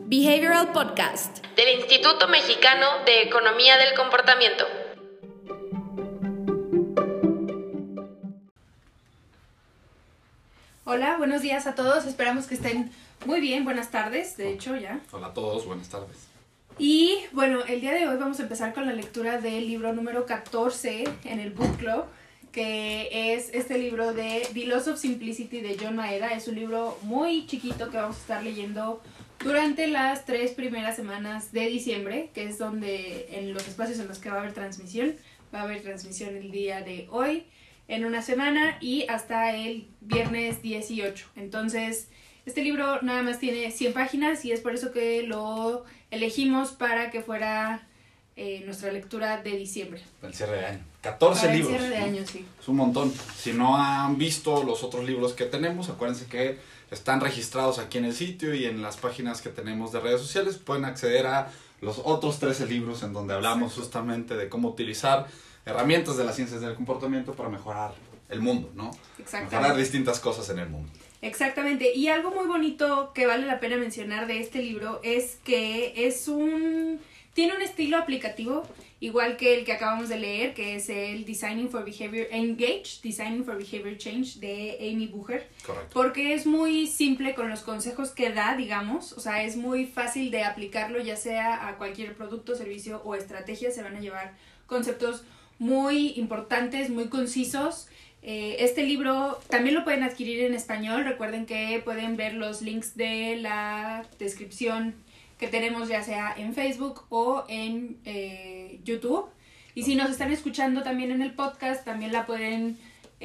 Behavioral Podcast del Instituto Mexicano de Economía del Comportamiento. Hola, buenos días a todos, esperamos que estén muy bien, buenas tardes, de hecho ya. Hola a todos, buenas tardes. Y bueno, el día de hoy vamos a empezar con la lectura del libro número 14 en el Book Club, que es este libro de The Laws of Simplicity de John Maeda. Es un libro muy chiquito que vamos a estar leyendo durante las 3 primeras semanas de diciembre, que es donde en los espacios en los que va a haber transmisión el día de hoy, en una semana y hasta el viernes 18. Entonces, este libro nada más tiene 100 páginas y es por eso que lo elegimos para que fuera nuestra lectura de diciembre. El cierre de año. 14 libros. El cierre de año, sí. Es un montón. Si no han visto los otros libros que tenemos, acuérdense que están registrados aquí en el sitio y en las páginas que tenemos de redes sociales. Pueden acceder a los otros 13 libros en donde hablamos justamente de cómo utilizar herramientas de las ciencias del comportamiento para mejorar el mundo, ¿no? Exactamente. Mejorar distintas cosas en el mundo. Exactamente. Y algo muy bonito que vale la pena mencionar de este libro es que tiene un estilo aplicativo, igual que el que acabamos de leer, que es el Designing for Behavior Change de Amy Bucher. Correcto. Porque es muy simple con los consejos que da, digamos. O sea, es muy fácil de aplicarlo, ya sea a cualquier producto, servicio o estrategia. Se van a llevar conceptos muy importantes, muy concisos. Este libro también lo pueden adquirir en español. Recuerden que pueden ver los links de la descripción que tenemos ya sea en Facebook o en YouTube. Y si nos están escuchando también en el podcast, también pueden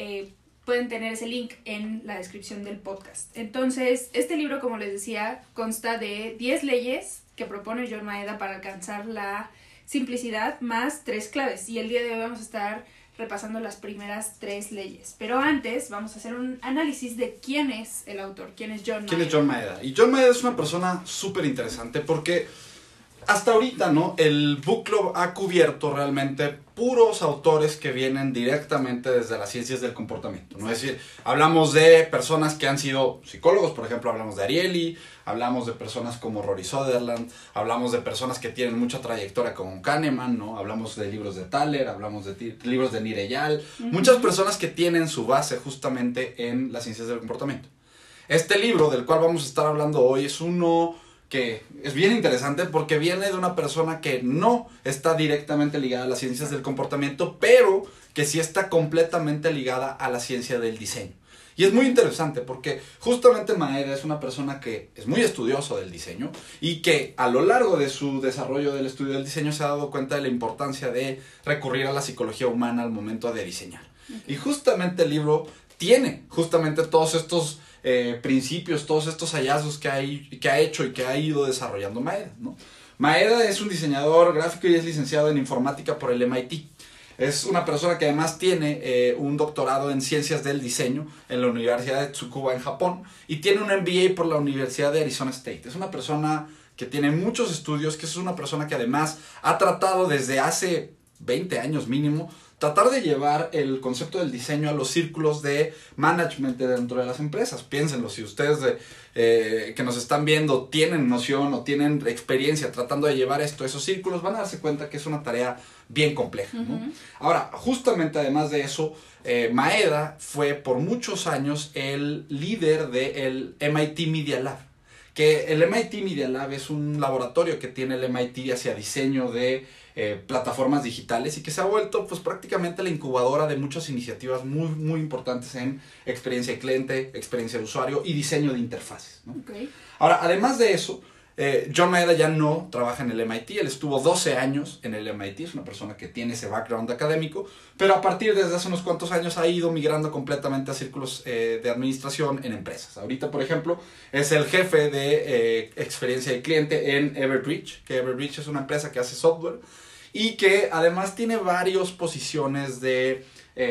tener ese link en la descripción del podcast. Entonces, este libro, como les decía, consta de 10 leyes que propone John Maeda para alcanzar la simplicidad más 3 claves. Y el día de hoy vamos a estar repasando las primeras 3 leyes. Pero antes vamos a hacer un análisis de quién es el autor, quién es John Maeda. ¿Quién es John Maeda? Y John Maeda es una persona súper interesante porque hasta ahorita, ¿no? El Book Club ha cubierto realmente puros autores que vienen directamente desde las ciencias del comportamiento, ¿no? Es decir, hablamos de personas que han sido psicólogos, por ejemplo, hablamos de Ariely, hablamos de personas como Rory Sutherland, hablamos de personas que tienen mucha trayectoria como Kahneman, ¿no? Hablamos de libros de Thaler, hablamos de libros de Nir Eyal, muchas personas que tienen su base justamente en las ciencias del comportamiento. Este libro del cual vamos a estar hablando hoy es uno que es bien interesante porque viene de una persona que no está directamente ligada a las ciencias del comportamiento, pero que sí está completamente ligada a la ciencia del diseño. Y es muy interesante porque justamente Maeda es una persona que es muy estudioso del diseño y que a lo largo de su desarrollo del estudio del diseño se ha dado cuenta de la importancia de recurrir a la psicología humana al momento de diseñar. Okay. Y justamente el libro tiene justamente todos estos principios, todos estos hallazgos que ha hecho y que ha ido desarrollando Maeda, ¿no? Maeda es un diseñador gráfico y es licenciado en informática por el MIT. Es una persona que además tiene un doctorado en ciencias del diseño en la Universidad de Tsukuba en Japón y tiene un MBA por la Universidad de Arizona State. Es una persona que tiene muchos estudios, que es una persona que además ha tratado desde hace 20 años mínimo tratar de llevar el concepto del diseño a los círculos de management dentro de las empresas. Piénsenlo, si ustedes que nos están viendo tienen noción o tienen experiencia tratando de llevar esto a esos círculos, van a darse cuenta que es una tarea bien compleja, ¿no? Ahora, justamente además de eso, Maeda fue por muchos años el líder del MIT Media Lab. Que el MIT Media Lab es un laboratorio que tiene el MIT hacia diseño de plataformas digitales y que se ha vuelto pues prácticamente la incubadora de muchas iniciativas muy, muy importantes en experiencia de cliente, experiencia de usuario y diseño de interfaces, ¿no? Okay. Ahora, además de eso, John Maeda ya no trabaja en el MIT, él estuvo 12 años en el MIT, es una persona que tiene ese background académico, pero a partir de hace unos cuantos años ha ido migrando completamente a círculos de administración en empresas. Ahorita, por ejemplo, es el jefe de experiencia de cliente en Everbridge, que Everbridge es una empresa que hace software y que además tiene varias posiciones de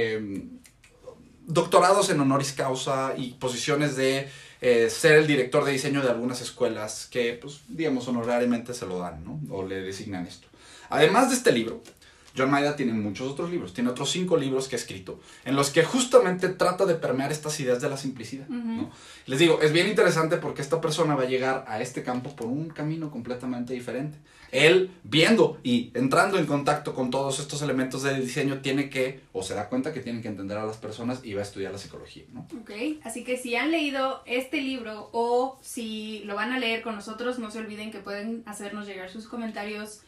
doctorados en honoris causa y posiciones de ser el director de diseño de algunas escuelas que, pues, digamos, honorariamente se lo dan, ¿no? O le designan esto. Además de este libro, John Maeda tiene muchos otros libros, tiene otros 5 libros que ha escrito, en los que justamente trata de permear estas ideas de la simplicidad, ¿no? Les digo, es bien interesante porque esta persona va a llegar a este campo por un camino completamente diferente. Él, viendo y entrando en contacto con todos estos elementos de diseño, tiene que, o se da cuenta que tiene que entender a las personas y va a estudiar la psicología, ¿no? Ok, así que si han leído este libro o si lo van a leer con nosotros, no se olviden que pueden hacernos llegar sus comentarios,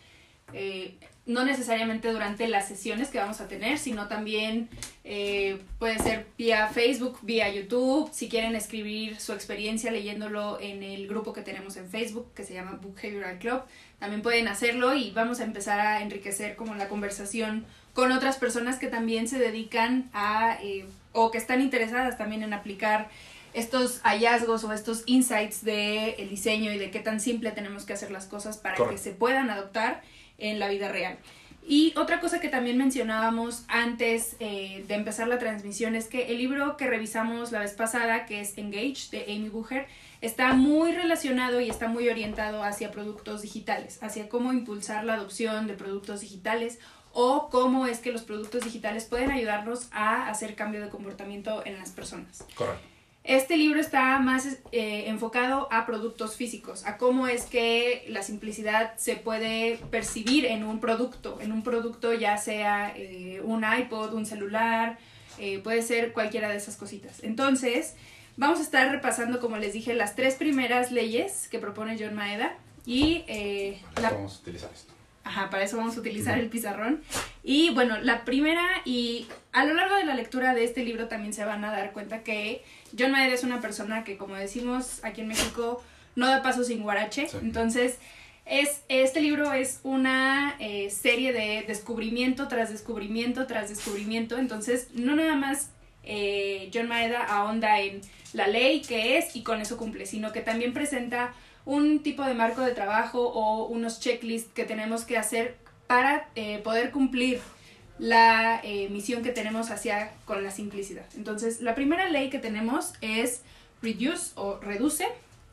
no necesariamente durante las sesiones que vamos a tener, sino también puede ser vía Facebook, vía YouTube, si quieren escribir su experiencia leyéndolo en el grupo que tenemos en Facebook que se llama Book Behavioral Club, también pueden hacerlo y vamos a empezar a enriquecer como la conversación con otras personas que también se dedican a o que están interesadas también en aplicar estos hallazgos o estos insights del diseño y de qué tan simple tenemos que hacer las cosas para que se puedan adoptar en la vida real. Y otra cosa que también mencionábamos antes de empezar la transmisión es que el libro que revisamos la vez pasada, que es Engage, de Amy Bucher, está muy relacionado y está muy orientado hacia productos digitales, hacia cómo impulsar la adopción de productos digitales o cómo es que los productos digitales pueden ayudarnos a hacer cambio de comportamiento en las personas. Correcto. Este libro está más enfocado a productos físicos, a cómo es que la simplicidad se puede percibir en un producto ya sea un iPod, un celular, puede ser cualquiera de esas cositas. Entonces, vamos a estar repasando, como les dije, las 3 primeras leyes que propone John Maeda y vamos a utilizar esto. Ajá, para eso vamos a utilizar el pizarrón. Y bueno, la primera, y a lo largo de la lectura de este libro también se van a dar cuenta que John Maeda es una persona que, como decimos aquí en México, no da paso sin guarache. Sí. Entonces, este libro es una serie de descubrimiento tras descubrimiento tras descubrimiento. Entonces, no nada más John Maeda ahonda en la ley que es y con eso cumple, sino que también presenta un tipo de marco de trabajo o unos checklists que tenemos que hacer para poder cumplir la misión que tenemos con la simplicidad. Entonces, la primera ley que tenemos es reduce o reduce.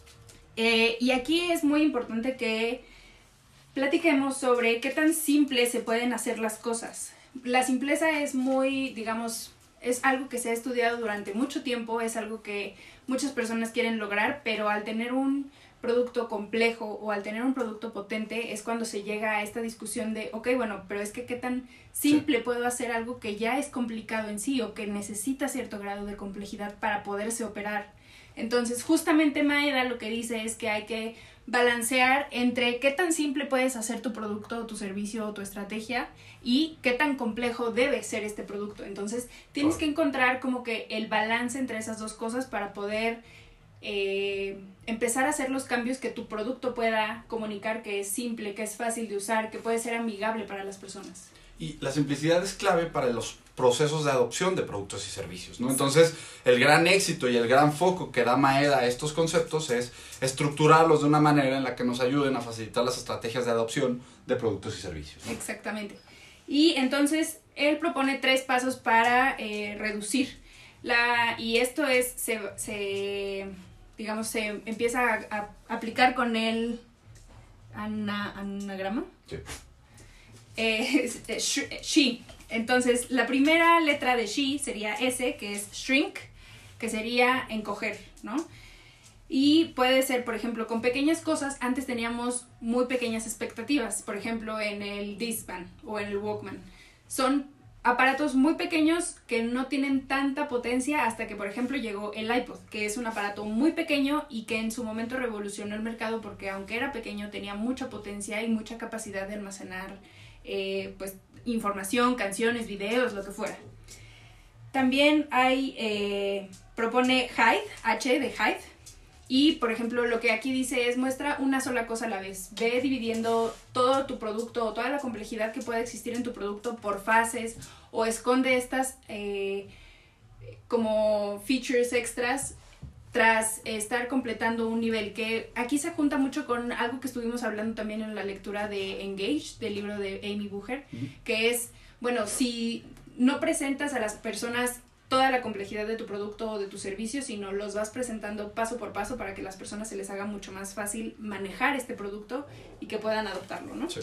Y aquí es muy importante que platiquemos sobre qué tan simple se pueden hacer las cosas. La simpleza es muy, digamos, es algo que se ha estudiado durante mucho tiempo, es algo que muchas personas quieren lograr, pero al tener un producto complejo o al tener un producto potente es cuando se llega a esta discusión de ok, bueno, pero es que qué tan simple puedo hacer algo que ya es complicado en sí o que necesita cierto grado de complejidad para poderse operar. Entonces, justamente Maeda lo que dice es que hay que balancear entre qué tan simple puedes hacer tu producto o tu servicio o tu estrategia y qué tan complejo debe ser este producto. Entonces, tienes que encontrar como que el balance entre esas dos cosas para poder empezar a hacer los cambios que tu producto pueda comunicar, que es simple, que es fácil de usar, que puede ser amigable para las personas. Y la simplicidad es clave para los procesos de adopción de productos y servicios, ¿no? Entonces, el gran éxito y el gran foco que da Maeda a estos conceptos es estructurarlos de una manera en la que nos ayuden a facilitar las estrategias de adopción de productos y servicios, ¿no? Exactamente. Y entonces, él propone 3 pasos para reducir. Y esto es, digamos, se empieza a aplicar con el anagrama. Sí. She. Entonces, la primera letra de she sería S, que es shrink, que sería encoger, ¿no? Y puede ser, por ejemplo, con pequeñas cosas. Antes teníamos muy pequeñas expectativas, por ejemplo, en el Discman o en el Walkman. Son aparatos muy pequeños que no tienen tanta potencia hasta que, por ejemplo, llegó el iPod, que es un aparato muy pequeño y que en su momento revolucionó el mercado porque, aunque era pequeño, tenía mucha potencia y mucha capacidad de almacenar pues información, canciones, videos, lo que fuera. También propone hide, H de hide, y por ejemplo lo que aquí dice es muestra una sola cosa a la vez. Ve dividiendo todo tu producto o toda la complejidad que pueda existir en tu producto por fases, o esconde estas como features extras tras estar completando un nivel, que aquí se junta mucho con algo que estuvimos hablando también en la lectura de Engage, del libro de Amy Bucher, que es, bueno, si no presentas a las personas toda la complejidad de tu producto o de tu servicio, sino los vas presentando paso por paso para que las personas se les haga mucho más fácil manejar este producto y que puedan adoptarlo, ¿no? Sí.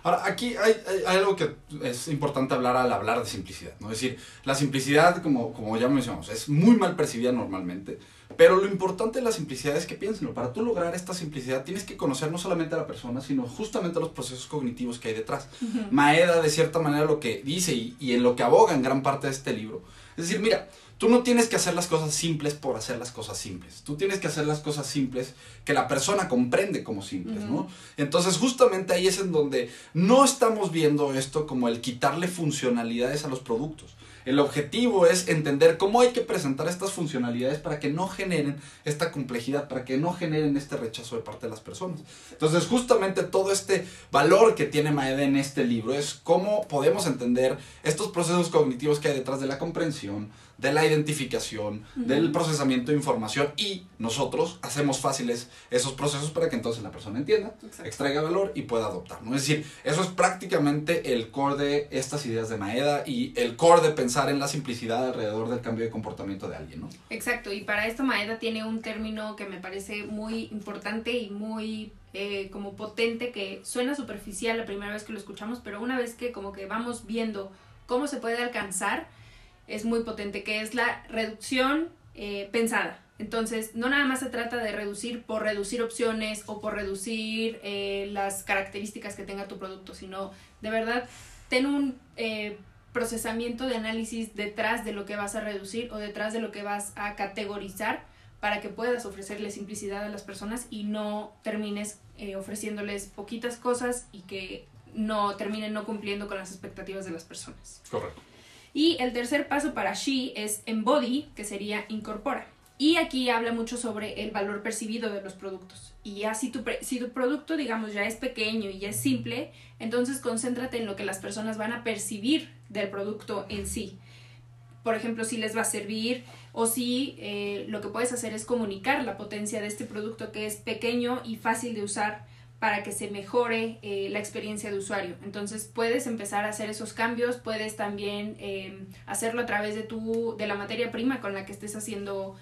Ahora, aquí hay algo que es importante hablar al hablar de simplicidad, ¿no? Es decir, la simplicidad, como ya mencionamos, es muy mal percibida normalmente, pero lo importante de la simplicidad es que piénsenlo, para tú lograr esta simplicidad tienes que conocer no solamente a la persona, sino justamente los procesos cognitivos que hay detrás. Maeda, de cierta manera, lo que dice y en lo que aboga en gran parte de este libro, es decir, mira, tú no tienes que hacer las cosas simples por hacer las cosas simples. Tú tienes que hacer las cosas simples que la persona comprende como simples, ¿no? Entonces, justamente ahí es en donde no estamos viendo esto como el quitarle funcionalidades a los productos. El objetivo es entender cómo hay que presentar estas funcionalidades para que no generen esta complejidad, para que no generen este rechazo de parte de las personas. Entonces, justamente todo este valor que tiene Maeda en este libro es cómo podemos entender estos procesos cognitivos que hay detrás de la comprensión, de la identificación, del procesamiento de información, y nosotros hacemos fáciles esos procesos para que entonces la persona entienda, extraiga valor y pueda adoptar, ¿no? Es decir, eso es prácticamente el core de estas ideas de Maeda y el core de pensar en la simplicidad alrededor del cambio de comportamiento de alguien, ¿no? Exacto, y para esto Maeda tiene un término que me parece muy importante y muy como potente, que suena superficial la primera vez que lo escuchamos, pero una vez que como que vamos viendo cómo se puede alcanzar, es muy potente, que es la reducción pensada. Entonces, no nada más se trata de reducir por reducir opciones o por reducir las características que tenga tu producto, sino de verdad ten un procesamiento de análisis detrás de lo que vas a reducir o detrás de lo que vas a categorizar para que puedas ofrecerle simplicidad a las personas y no termines ofreciéndoles poquitas cosas y que no terminen no cumpliendo con las expectativas de las personas. Correcto. Y el tercer paso para She es embody, que sería incorpora. Y aquí habla mucho sobre el valor percibido de los productos. Y ya si tu producto, digamos, ya es pequeño y ya es simple, entonces concéntrate en lo que las personas van a percibir del producto en sí. Por ejemplo, si les va a servir o si lo que puedes hacer es comunicar la potencia de este producto que es pequeño y fácil de usar para que se mejore la experiencia de usuario. Entonces puedes empezar a hacer esos cambios, puedes también hacerlo a través de la materia prima con la que estés haciendo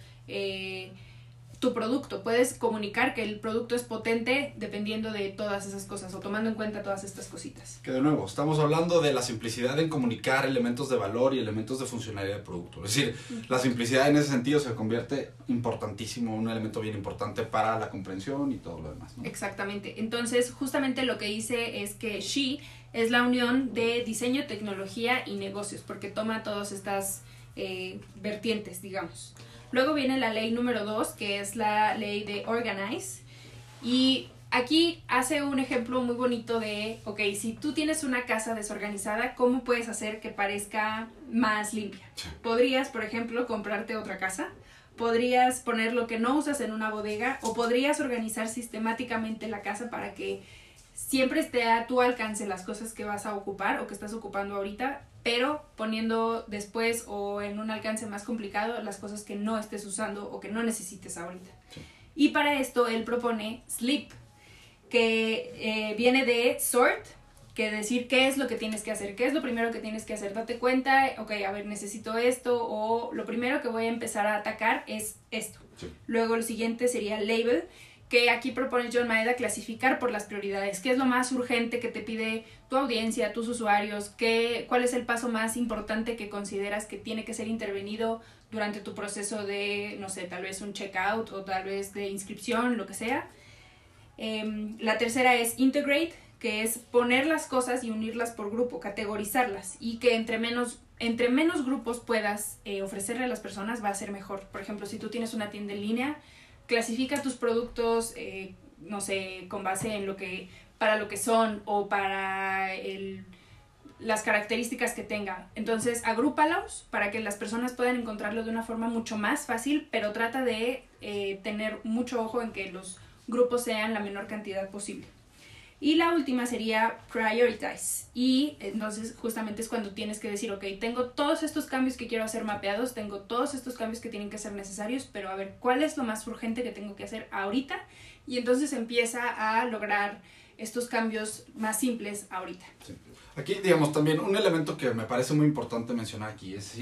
tu producto. Puedes comunicar que el producto es potente dependiendo de todas esas cosas o tomando en cuenta todas estas cositas. Que de nuevo, estamos hablando de la simplicidad en comunicar elementos de valor y elementos de funcionalidad del producto. Es decir, la simplicidad en ese sentido se convierte importantísimo, un elemento bien importante para la comprensión y todo lo demás, ¿no? Exactamente. Entonces, justamente lo que dice es que She es la unión de diseño, tecnología y negocios, porque toma todas estas vertientes, digamos. Luego viene la ley número 2, que es la ley de Organize. Y aquí hace un ejemplo muy bonito de, ok, si tú tienes una casa desorganizada, ¿cómo puedes hacer que parezca más limpia? Podrías, por ejemplo, comprarte otra casa. Podrías poner lo que no usas en una bodega. O podrías organizar sistemáticamente la casa para que siempre esté a tu alcance las cosas que vas a ocupar o que estás ocupando ahorita, pero poniendo después o en un alcance más complicado las cosas que no estés usando o que no necesites ahorita. Sí. Y para esto él propone SLEEP, que viene de sort, que decir qué es lo que tienes que hacer, qué es lo primero que tienes que hacer. Date cuenta, ok, a ver, necesito esto, o lo primero que voy a empezar a atacar es esto. Sí. Luego lo siguiente sería label, que aquí propone John Maeda clasificar por las prioridades. ¿Qué es lo más urgente que te pide tu audiencia, tus usuarios? ¿Cuál es el paso más importante que consideras que tiene que ser intervenido durante tu proceso de, no sé, tal vez un checkout o tal vez de inscripción, lo que sea? La tercera es integrate, que es poner las cosas y unirlas por grupo, categorizarlas, y que entre menos grupos puedas ofrecerle a las personas va a ser mejor. Por ejemplo, si tú tienes una tienda en línea, clasifica tus productos, no sé, con base en para lo que son o para las características que tenga. Entonces, agrúpalos para que las personas puedan encontrarlo de una forma mucho más fácil, pero trata de tener mucho ojo en que los grupos sean la menor cantidad posible. Y la última sería prioritize. Y entonces justamente es cuando tienes que decir, ok, tengo todos estos cambios que quiero hacer mapeados, tengo todos estos cambios que tienen que ser necesarios, pero a ver, ¿cuál es lo más urgente que tengo que hacer ahorita? Y entonces empieza a lograr estos cambios más simples ahorita. Sí. Aquí, digamos, también un elemento que me parece muy importante mencionar aquí, es decir,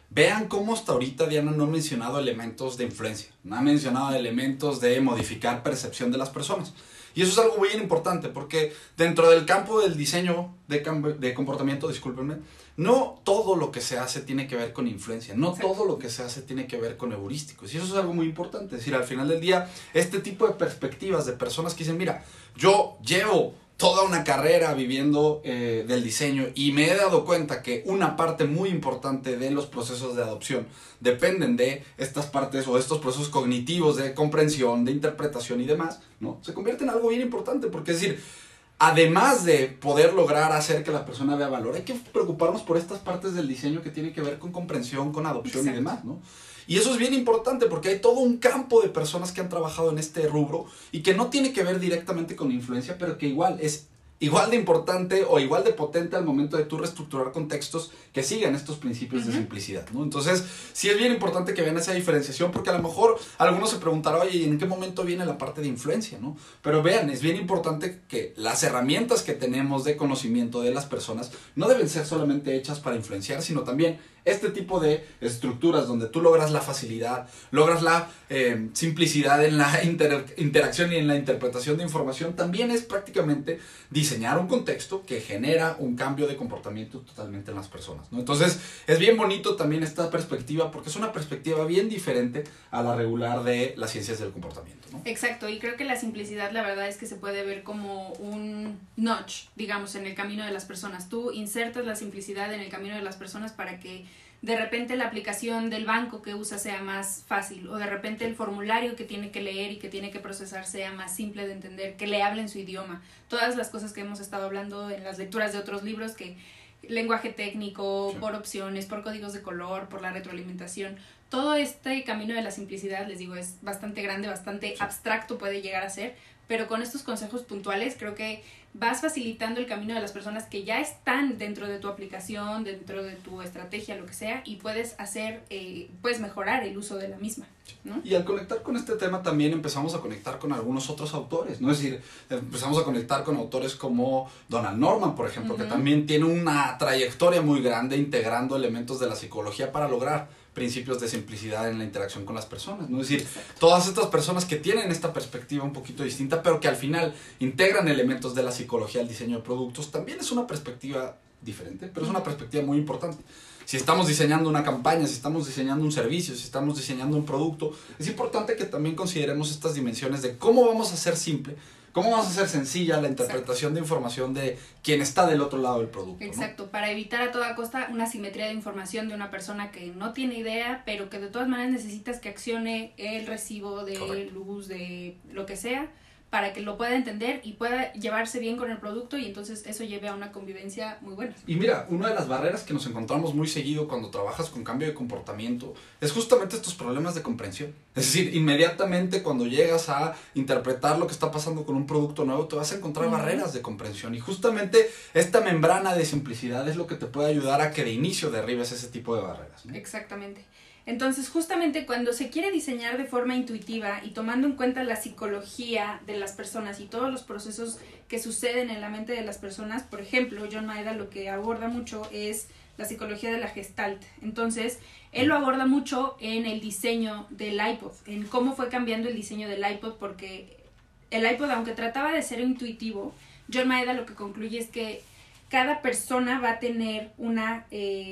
vean cómo hasta ahorita Diana no ha mencionado elementos de influencia, no ha mencionado elementos de modificar percepción de las personas. Y eso es algo muy importante porque dentro del campo del diseño de comportamiento, discúlpenme, no todo lo que se hace tiene que ver con influencia, no todo lo que se hace tiene que ver con heurísticos. Y eso es algo muy importante. Es decir, al final del día, este tipo de perspectivas de personas que dicen, mira, yo llevo toda una carrera viviendo del diseño y me he dado cuenta que una parte muy importante de los procesos de adopción dependen de estas partes o estos procesos cognitivos de comprensión, de interpretación y demás, ¿no? Se convierte en algo bien importante porque es decir, además de poder lograr hacer que la persona vea valor, hay que preocuparnos por estas partes del diseño que tienen que ver con comprensión, con adopción y demás, ¿no? Y eso es bien importante porque hay todo un campo de personas que han trabajado en este rubro y que no tiene que ver directamente con influencia, pero que igual es igual de importante o igual de potente al momento de tú reestructurar contextos que sigan estos principios de simplicidad, ¿no? Entonces, sí es bien importante que vean esa diferenciación porque a lo mejor algunos se preguntarán, oye, ¿y en qué momento viene la parte de influencia, no? Pero vean, es bien importante que las herramientas que tenemos de conocimiento de las personas no deben ser solamente hechas para influenciar, sino también este tipo de estructuras donde tú logras la facilidad, logras la simplicidad en la interacción y en la interpretación de información, también es prácticamente diseñar un contexto que genera un cambio de comportamiento totalmente en las personas, ¿no? Entonces, es bien bonito también esta perspectiva porque es una perspectiva bien diferente a la regular de las ciencias del comportamiento, ¿no? Exacto, y creo que la simplicidad la verdad es que se puede ver como un notch, digamos, en el camino de las personas. Tú insertas la simplicidad en el camino de las personas para que de repente la aplicación del banco que usa sea más fácil, o de repente el formulario que tiene que leer y que tiene que procesar sea más simple de entender, que le hable en su idioma. Todas las cosas que hemos estado hablando en las lecturas de otros libros, que lenguaje técnico, sí, por opciones, por códigos de color, por la retroalimentación. Todo este camino de la simplicidad, les digo, es bastante grande, bastante abstracto puede llegar a ser, pero con estos consejos puntuales creo que vas facilitando el camino de las personas que ya están dentro de tu aplicación, dentro de tu estrategia, lo que sea, y puedes hacer, puedes mejorar el uso de la misma, ¿no? Y al conectar con este tema también empezamos a conectar con algunos otros autores, ¿no? Es decir, empezamos a conectar con autores como Donald Norman, por ejemplo, que también tiene una trayectoria muy grande integrando elementos de la psicología para lograr principios de simplicidad en la interacción con las personas, ¿no? Es decir, todas estas personas que tienen esta perspectiva un poquito distinta, pero que al final integran elementos de la psicología al diseño de productos, también es una perspectiva diferente, pero es una perspectiva muy importante. Si estamos diseñando una campaña, si estamos diseñando un servicio, si estamos diseñando un producto, es importante que también consideremos estas dimensiones de cómo vamos a hacer simple, cómo vamos a hacer sencilla la interpretación de información de quien está del otro lado del producto, exacto, ¿no? Para evitar a toda costa una simetría de información de una persona que no tiene idea, pero que de todas maneras necesitas que accione el recibo de luz, de lo que sea, para que lo pueda entender y pueda llevarse bien con el producto y entonces eso lleve a una convivencia muy buena. Y mira, una de las barreras que nos encontramos muy seguido cuando trabajas con cambio de comportamiento es justamente estos problemas de comprensión. Es decir, inmediatamente cuando llegas a interpretar lo que está pasando con un producto nuevo, te vas a encontrar barreras de comprensión y justamente esta membrana de simplicidad es lo que te puede ayudar a que de inicio derribes ese tipo de barreras, ¿no? Exactamente. Entonces, justamente cuando se quiere diseñar de forma intuitiva y tomando en cuenta la psicología de las personas y todos los procesos que suceden en la mente de las personas, por ejemplo, John Maeda lo que aborda mucho es la psicología de la Gestalt. Entonces, él lo aborda mucho en el diseño del iPod, en cómo fue cambiando el diseño del iPod, porque el iPod, aunque trataba de ser intuitivo, John Maeda lo que concluye es que cada persona va a tener una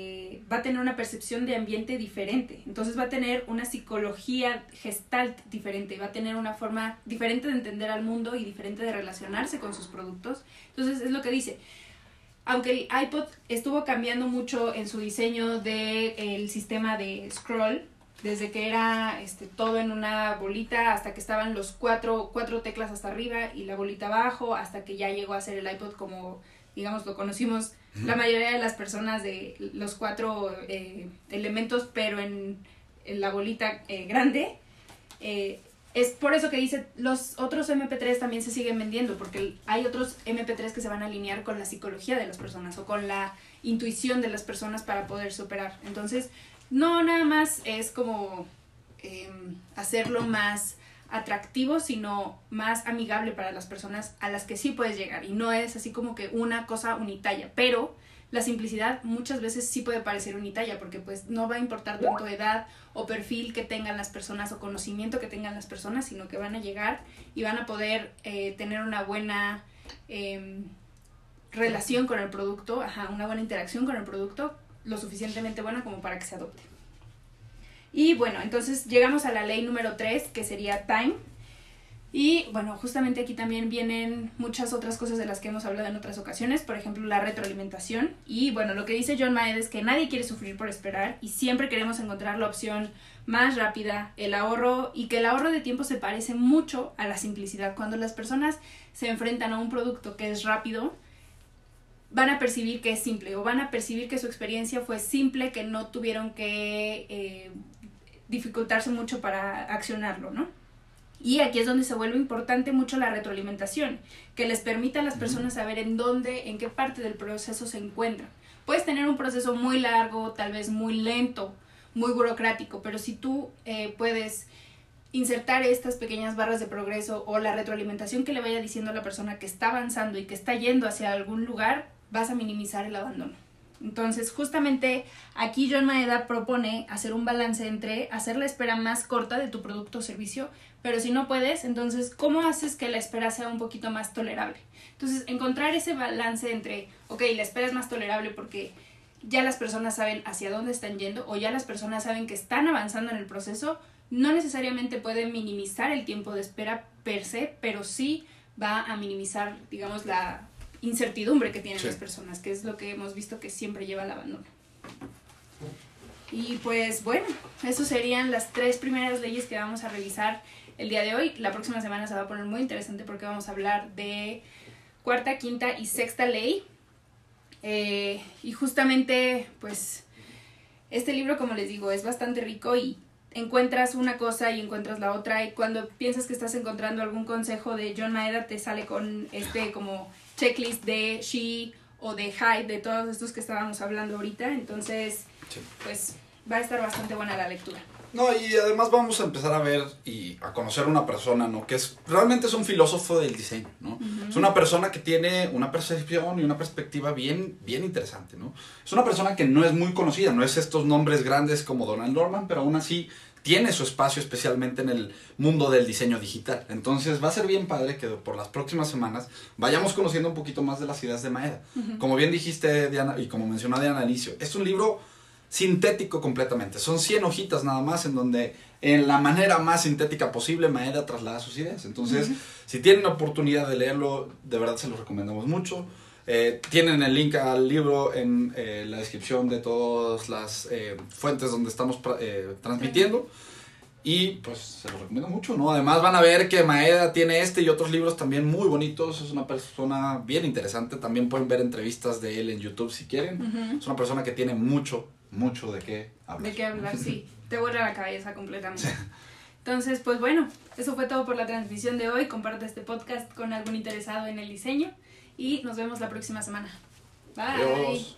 percepción de ambiente diferente, entonces va a tener una psicología gestalt diferente, va a tener una forma diferente de entender al mundo y diferente de relacionarse con sus productos. Entonces es lo que dice, aunque el iPod estuvo cambiando mucho en su diseño del sistema de scroll, desde que era todo en una bolita hasta que estaban los cuatro teclas hasta arriba y la bolita abajo, hasta que ya llegó a ser el iPod como, digamos, lo conocimos la mayoría de las personas de los 4 elementos, pero en la bolita grande. Es por eso que dice, los otros MP3 también se siguen vendiendo, porque hay otros MP3 que se van a alinear con la psicología de las personas o con la intuición de las personas para poder superar. Entonces, no nada más es como hacerlo más atractivo, sino más amigable para las personas a las que sí puedes llegar, y no es así como que una cosa unitaria, pero la simplicidad muchas veces sí puede parecer unitaria, porque pues no va a importar tanto edad o perfil que tengan las personas o conocimiento que tengan las personas, sino que van a llegar y van a poder tener una buena relación con el producto, una buena interacción con el producto, lo suficientemente buena como para que se adopte. Y bueno, entonces llegamos a la ley número 3, que sería time. Y bueno, justamente aquí también vienen muchas otras cosas de las que hemos hablado en otras ocasiones, por ejemplo la retroalimentación. Y bueno, lo que dice John Maeda es que nadie quiere sufrir por esperar y siempre queremos encontrar la opción más rápida, el ahorro, y que el ahorro de tiempo se parece mucho a la simplicidad. Cuando las personas se enfrentan a un producto que es rápido, van a percibir que es simple, o van a percibir que su experiencia fue simple, que no tuvieron que dificultarse mucho para accionarlo, ¿no? Y aquí es donde se vuelve importante mucho la retroalimentación, que les permita a las personas saber en qué parte del proceso se encuentran. Puedes tener un proceso muy largo, tal vez muy lento, muy burocrático, pero si tú puedes insertar estas pequeñas barras de progreso o la retroalimentación que le vaya diciendo a la persona que está avanzando y que está yendo hacia algún lugar, vas a minimizar el abandono. Entonces, justamente aquí John Maeda propone hacer un balance entre hacer la espera más corta de tu producto o servicio, pero si no puedes, entonces, ¿cómo haces que la espera sea un poquito más tolerable? Entonces, encontrar ese balance entre, ok, la espera es más tolerable porque ya las personas saben hacia dónde están yendo o ya las personas saben que están avanzando en el proceso, no necesariamente puede minimizar el tiempo de espera per se, pero sí va a minimizar, digamos, la incertidumbre que tienen las personas, que es lo que hemos visto que siempre lleva al abandono. Y pues bueno, eso serían las 3 primeras leyes que vamos a revisar el día de hoy. La próxima semana se va a poner muy interesante porque vamos a hablar de 4ª, 5ª y 6ª ley. Y justamente, pues, este libro, como les digo, es bastante rico y encuentras una cosa y encuentras la otra, y cuando piensas que estás encontrando algún consejo de John Maeda, te sale con como checklist de She o de Hyde, de todos estos que estábamos hablando ahorita. Entonces, pues va a estar bastante buena la lectura. No, y además vamos a empezar a ver y a conocer a una persona, ¿no? Que realmente es un filósofo del diseño, ¿no? Uh-huh. Es una persona que tiene una percepción y una perspectiva bien interesante, ¿no? Es una persona que no es muy conocida, no es estos nombres grandes como Donald Norman, pero aún así tiene su espacio especialmente en el mundo del diseño digital. Entonces va a ser bien padre que por las próximas semanas vayamos conociendo un poquito más de las ideas de Maeda. Uh-huh. Como bien dijiste, Diana, y como mencionó Diana al inicio, es un libro sintético completamente. Son 100 hojitas nada más en donde, en la manera más sintética posible, Maeda traslada sus ideas. Entonces, uh-huh, si tienen la oportunidad de leerlo, de verdad se los recomendamos mucho. Tienen el link al libro en la descripción de todas las fuentes donde estamos transmitiendo. Y pues se los recomiendo mucho, ¿no? Además van a ver que Maeda tiene este y otros libros también muy bonitos. Es una persona bien interesante. También pueden ver entrevistas de él en YouTube si quieren. Uh-huh. Es una persona que tiene mucho de qué hablar. De qué hablar, sí. Te vuela la cabeza completamente. Sí. Entonces, pues bueno, eso fue todo por la transmisión de hoy. Comparte este podcast con algún interesado en el diseño y nos vemos la próxima semana. Bye. Adiós.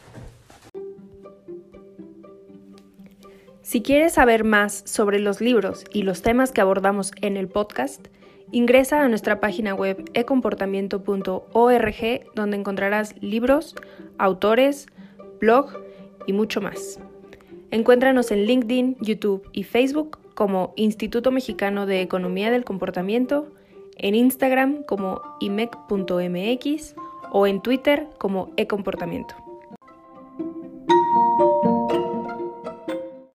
Si quieres saber más sobre los libros y los temas que abordamos en el podcast, ingresa a nuestra página web ecomportamiento.org, donde encontrarás libros, autores, blog y mucho más. Encuéntranos en LinkedIn, YouTube y Facebook como Instituto Mexicano de Economía del Comportamiento, en Instagram como imec.mx o en Twitter como ecomportamiento.